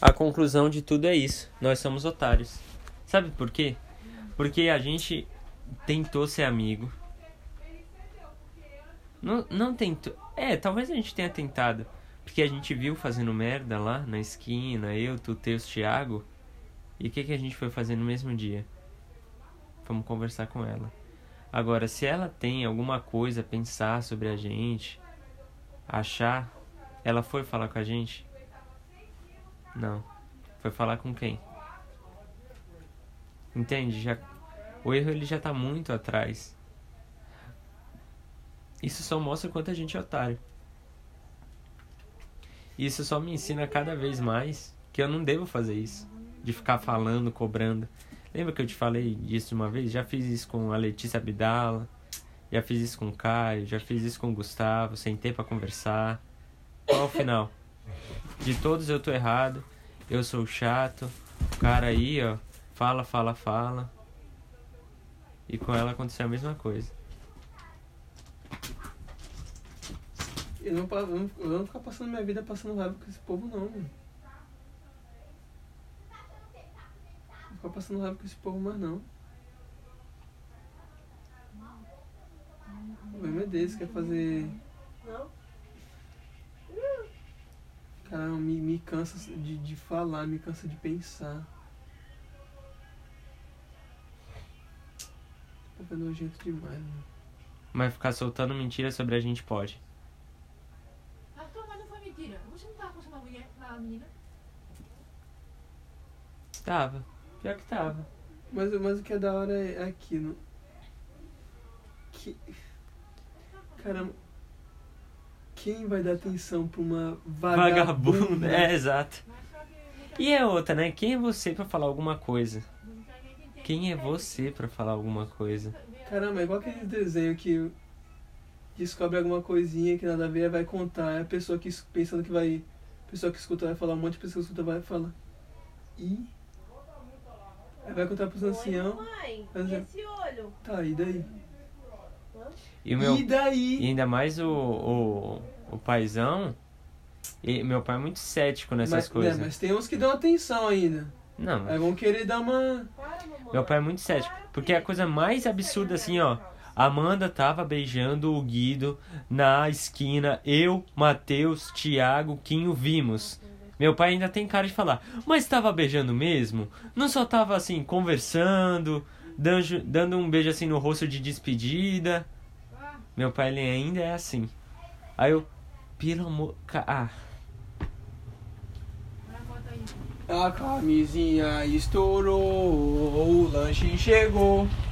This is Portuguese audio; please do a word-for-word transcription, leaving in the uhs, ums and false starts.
a conclusão de tudo é isso. Nós somos otários. Sabe por quê? Porque a gente tentou ser amigo. Não, não tentou... É, talvez a gente tenha tentado. Porque a gente viu fazendo merda lá na esquina. Eu, tu, Teus, Thiago. E o que, que a gente foi fazer no mesmo dia? Fomos conversar com ela. Agora, se ela tem alguma coisa a pensar sobre a gente, achar, ela foi falar com a gente? Não. Foi falar com quem? Entende? Já, o erro ele já tá muito atrás. Isso só mostra quanto a gente é otário. Isso só me ensina cada vez mais que eu não devo fazer isso. De ficar falando, cobrando. Lembra que eu te falei disso uma vez? Já fiz isso com a Letícia Abdala. Já fiz isso com o Caio. Já fiz isso com o Gustavo. Sentei pra conversar. Qual é o final? De todos eu tô errado. Eu sou chato. O cara aí, ó. Fala, fala, fala. E com ela aconteceu a mesma coisa. Eu não, eu não, eu não vou ficar passando minha vida passando raiva com esse povo, não, mano. Não vou ficar passando raiva com esse povo mais, não. O problema é desse, quer fazer... Não? Caramba, me, me cansa de, de falar, me cansa de pensar. É nojento demais, mano. Mas ficar soltando mentira sobre a gente pode. Arthur, mas não foi mentira. Você não tava com essa mulher, a menina? Tava. Pior que tava. Mas, mas o que é da hora é aquilo. Que... Caramba. Quem vai dar atenção pra uma vagabunda? Vagabunda, é, exato. E é outra, né? Quem é você pra falar alguma coisa? Quem é você pra falar alguma coisa? Caramba, é igual aquele desenho que descobre alguma coisinha que nada a ver, vai contar. É a pessoa que pensando que vai... A pessoa que escuta vai falar, um monte de pessoa que escuta vai falar. E... Aí vai contar pros anciãos. Mãe, Mas e é- esse olho? Tá, e daí? E, o meu, E daí? e ainda mais o, o, o paizão. E meu pai é muito cético nessas mas, coisas. né, mas tem uns que dão atenção ainda. Não, Aí vão querer dar uma... Para, mamãe. meu pai é muito cético. Porque a coisa mais absurda assim, ó. Amanda tava beijando o Guido na esquina. Eu, Matheus, Thiago, Quinho vimos. Meu pai ainda tem cara de falar, mas tava beijando mesmo? Não só tava assim, conversando, dando, dando um beijo assim no rosto de despedida. Meu pai ele ainda é assim. Aí eu, pelo amor... ca- Ah, A camisinha estourou, o lanche chegou.